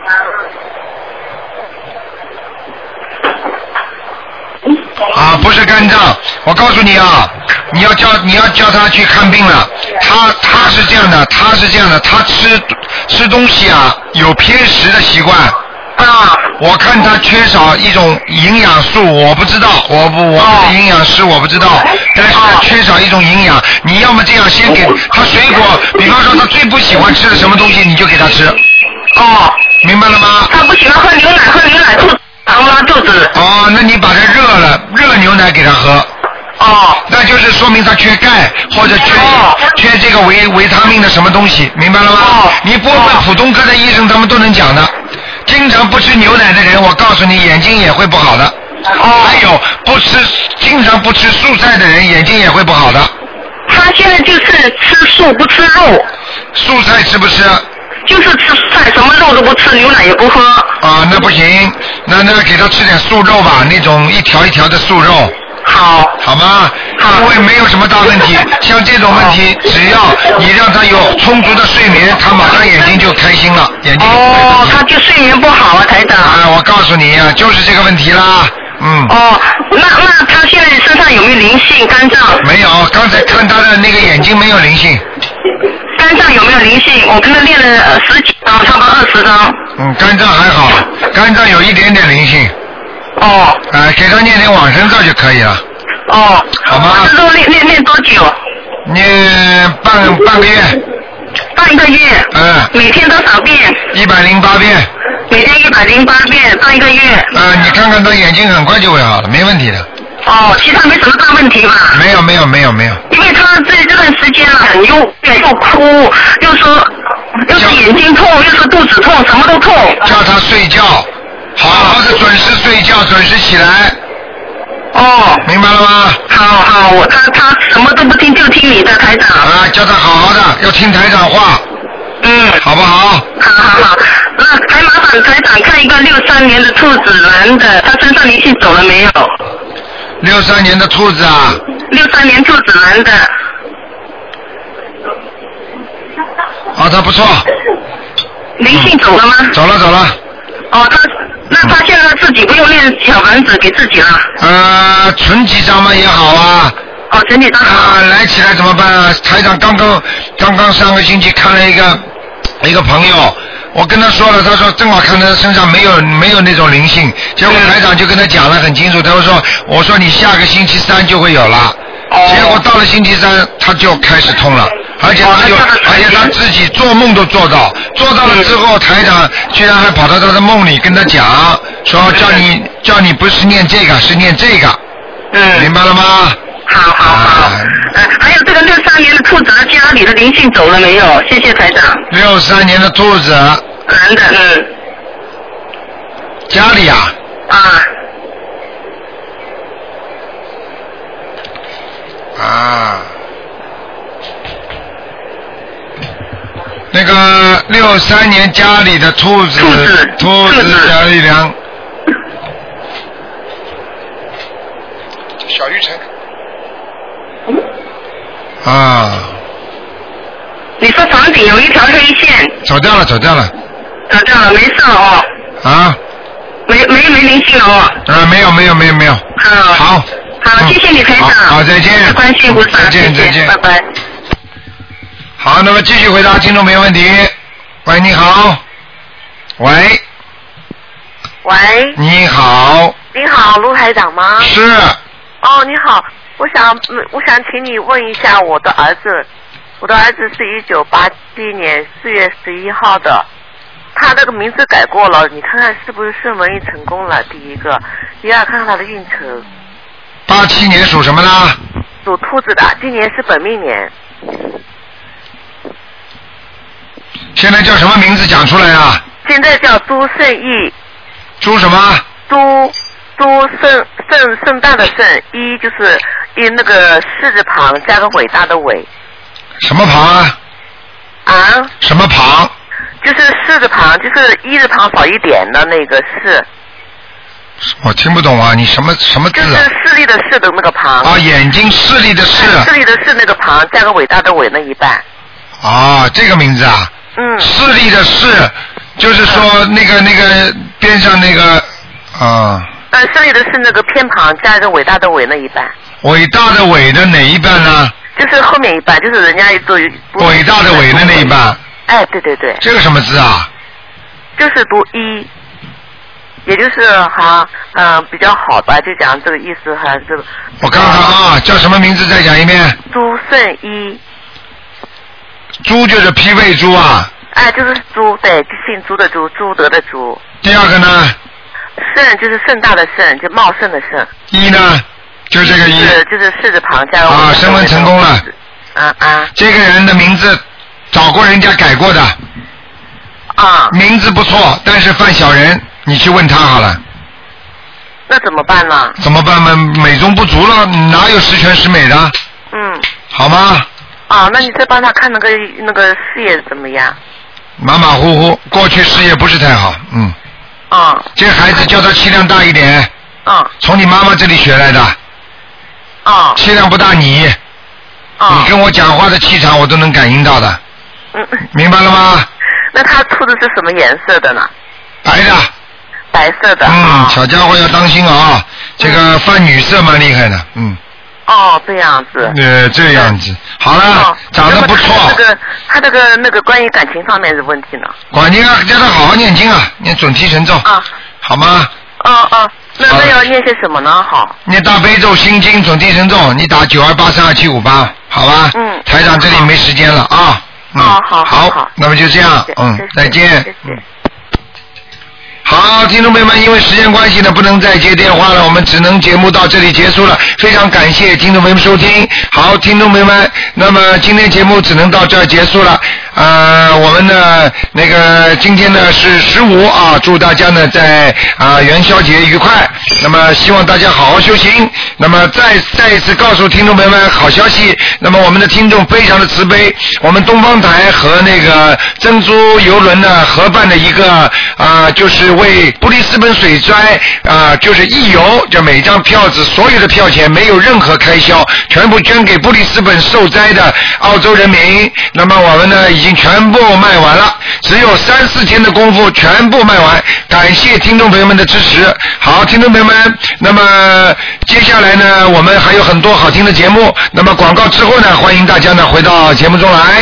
啊，不是肝脏，我告诉你啊，你要叫你要叫他去看病了。他他是这样的，他是这样的，他吃吃东西啊有偏食的习惯。 啊。 我看他缺少一种营养素，我不知道，我不我不是营养师，我不知道，但是他缺少一种营养。你要么这样，先给他水果，比方说他最不喜欢吃的什么东西，你就给他吃。 哦。 明白了吗？ 他不喜欢喝牛奶，喝牛奶肚子疼拉肚子。 哦，那你把它热了，热牛奶给他喝。 哦。 那就是说明他缺钙或者缺、哦、缺这个维维他命的什么东西，明白了吗？ 哦。 你不问普通科的医生，他们都能讲的。经常不吃牛奶的人，我告诉你，眼睛也会不好的。 哦。 还有不吃，经常不吃素菜的人，眼睛也会不好的。 他现在就是吃素不吃肉。 素菜吃不吃？ 就是吃菜，什么肉都不吃，牛奶也不喝。 啊，那不行，那那给他吃点素肉吧，那种一条一条的素肉。 好。 好吗？好。因为没有什么大问题，像这种问题，只要你让他有充足的睡眠，他马上眼睛就开心了，眼睛。 哦，他就睡眠不好啊，台长。 啊，我告诉你啊，就是这个问题啦。嗯。 哦，那那他现在身上有没有灵性？肝脏？ 没有，刚才看他的那个眼睛没有灵性。 肝脏有没有灵性？我跟他练了十几张，差不多二十张。 嗯，肝脏还好，肝脏有一点点灵性。 哦。 啊，给他念点往生咒就可以了。 哦。 好吗？ 往生咒练练练多久？ 念半半个月。 半个月。 嗯。 每天多少遍？ 一百零八遍。 每天一百零八遍，半个月。 啊，你看看他眼睛很快就会好了，没问题的。 哦，其他没什么大问题吧？ 没有没有没有没有。因为他这这段时间很又又哭，又说又是眼睛痛，又是肚子痛，什么都痛。 叫他睡觉，好好的准时睡觉，准时起来。 哦。 明白了吗？ 好好，我他他什么都不听，就听你的台长。 啊，叫他好好的，要听台长话。 嗯， 好不好？ 好好好，那还麻烦台长看一个六三年的兔子男的，他身上灵性走了没有？ 六三年的兔子啊。 六三年兔子男的。 啊，他不错。 灵性走了吗？ 嗯、走了走了。 哦，他那他现在自己不用练小房子给自己了？ 呃，存几张嘛也好啊。 哦，存几张好。 啊，来起来怎么办啊？台长刚刚刚刚上个星期看了一个一个朋友，我跟他说了，他说正好看他身上没有没有那种灵性，结果台长就跟他讲了很清楚，他说我说你下个星期三就会有了，哦、结果到了星期三他就开始通了。而且他有，而且他自己做梦都做到，做到了之后，台长居然还跑到他的梦里跟他讲，说叫你叫你不是念这个，是念这个，嗯，明白了吗？ 好好好，呃，还有这个六三年的兔子的家里的灵性走了没有？谢谢台长。六三年的兔子。 男的，嗯。 家里啊。 啊。 啊。那个六三年家里的兔子，兔子家里两，小玉成，啊， 你说房顶有一条黑线， 走掉了，走掉了， 走掉了，没事哦。 啊？ 没没没灵性哦。 啊，没有没有没有没有。 好。 好。 好，谢谢你台长。 好，再见。 关心菩萨， 再见再见， 拜拜。 好，那么继续回答听众没问题。喂，你好。喂。 喂。 你好。 你好，陆台长吗？ 是。 哦，你好，我想，我想请你问一下我的儿子，我的儿子是一九八七年四月十一号的，他那个名字改过了，你看看是不是顺文艺成功了？第一个，第二看看他的运程。 八七年属什么呢？ 属兔子的，今年是本命年。 现在叫什么名字讲出来啊？ 现在叫朱胜义。 朱什么？ 朱朱圣圣圣诞的圣，一就是一那个士字旁加个伟大的伟。 什么旁啊？ 啊？ 什么旁？ 就是士字旁，就是一字旁少一点的那个士。 我听不懂啊，你什么什么字啊？ 就是视力的视的那个旁。 啊，眼睛视力的视。 视力的视那个旁加个伟大的伟那一半。 啊，这个名字啊。 嗯。 视力的视，就是说那个那个边上那个啊。 呃，视力的是那个偏旁加一个伟大的伟那一半。 伟大的伟的哪一半呢？ 就是后面一半，就是人家都。 伟大的伟的那一半。 哎，对对对。 这个什么字啊？ 就是读一。也就是哈，嗯、呃，比较好吧，就讲这个意思哈，这个。 我看看啊，叫什么名字？再讲一遍。 朱胜一。 朱就是脾胃猪啊。 哎，就是朱，对，姓朱的朱，朱德的朱。 第二个呢？ 盛就是盛大的盛，就茂盛的盛。 一呢？就这个一。 是，就是士字旁加。 啊，升温成功了。 啊啊。 这个人的名字找过人家改过的。 啊。 名字不错，但是犯小人。你去问他好了。 那怎么办呢？ 怎么办嘛？美中不足了，哪有十全十美的？ 嗯。 好吗？ 啊，那你再帮他看那个那个事业怎么样？ 马马虎虎，过去事业不是太好，嗯。 啊。 这孩子叫他气量大一点。 啊。 从你妈妈这里学来的。 啊。 气量不大你。 啊。 你跟我讲话的气场我都能感应到的。 嗯。 明白了吗？ 那他兔子是什么颜色的呢？ 白的。 白色的。 嗯，小家伙要当心啊！这个泛女色蛮厉害的，嗯。 哦，这样子。 呃，这样子，好了， 哦、 长得不错。 他这个，他这个那个关于感情方面的问题呢？ 管你啊，叫他好好念经啊，念准提神咒。 啊。 好吗？ 哦哦，那那要念些什么呢？好。 念大悲咒、心经、准提神咒，你打九二八三二七五八，好吧？ 嗯。 台长这里没时间了啊。 嗯。哦，好好好。那么就这样，嗯，再见。 谢谢。 好，听众朋友们，因为时间关系呢，不能再接电话了，我们只能节目到这里结束了。非常感谢听众朋友们收听。好，听众朋友们，那么今天节目只能到这儿结束了。啊、呃，我们呢，那个今天呢是十五啊，祝大家呢在啊、呃、元宵节愉快。那么希望大家好好修行。那么再再一次告诉听众朋友们好消息。那么我们的听众非常的慈悲，我们东方台和那个珍珠邮轮呢合办的一个啊、呃，就是为布里斯本水灾啊、呃，就是义游，就每张票子所有的票钱没有任何开销，全部捐给布里斯本受灾的澳洲人民。那么我们呢已经全部卖完了，只有三四天的功夫全部卖完。感谢听众朋友们的支持。好，听众朋友们，那么接下来呢我们还有很多好听的节目，那么广告之后呢欢迎大家呢回到节目中来。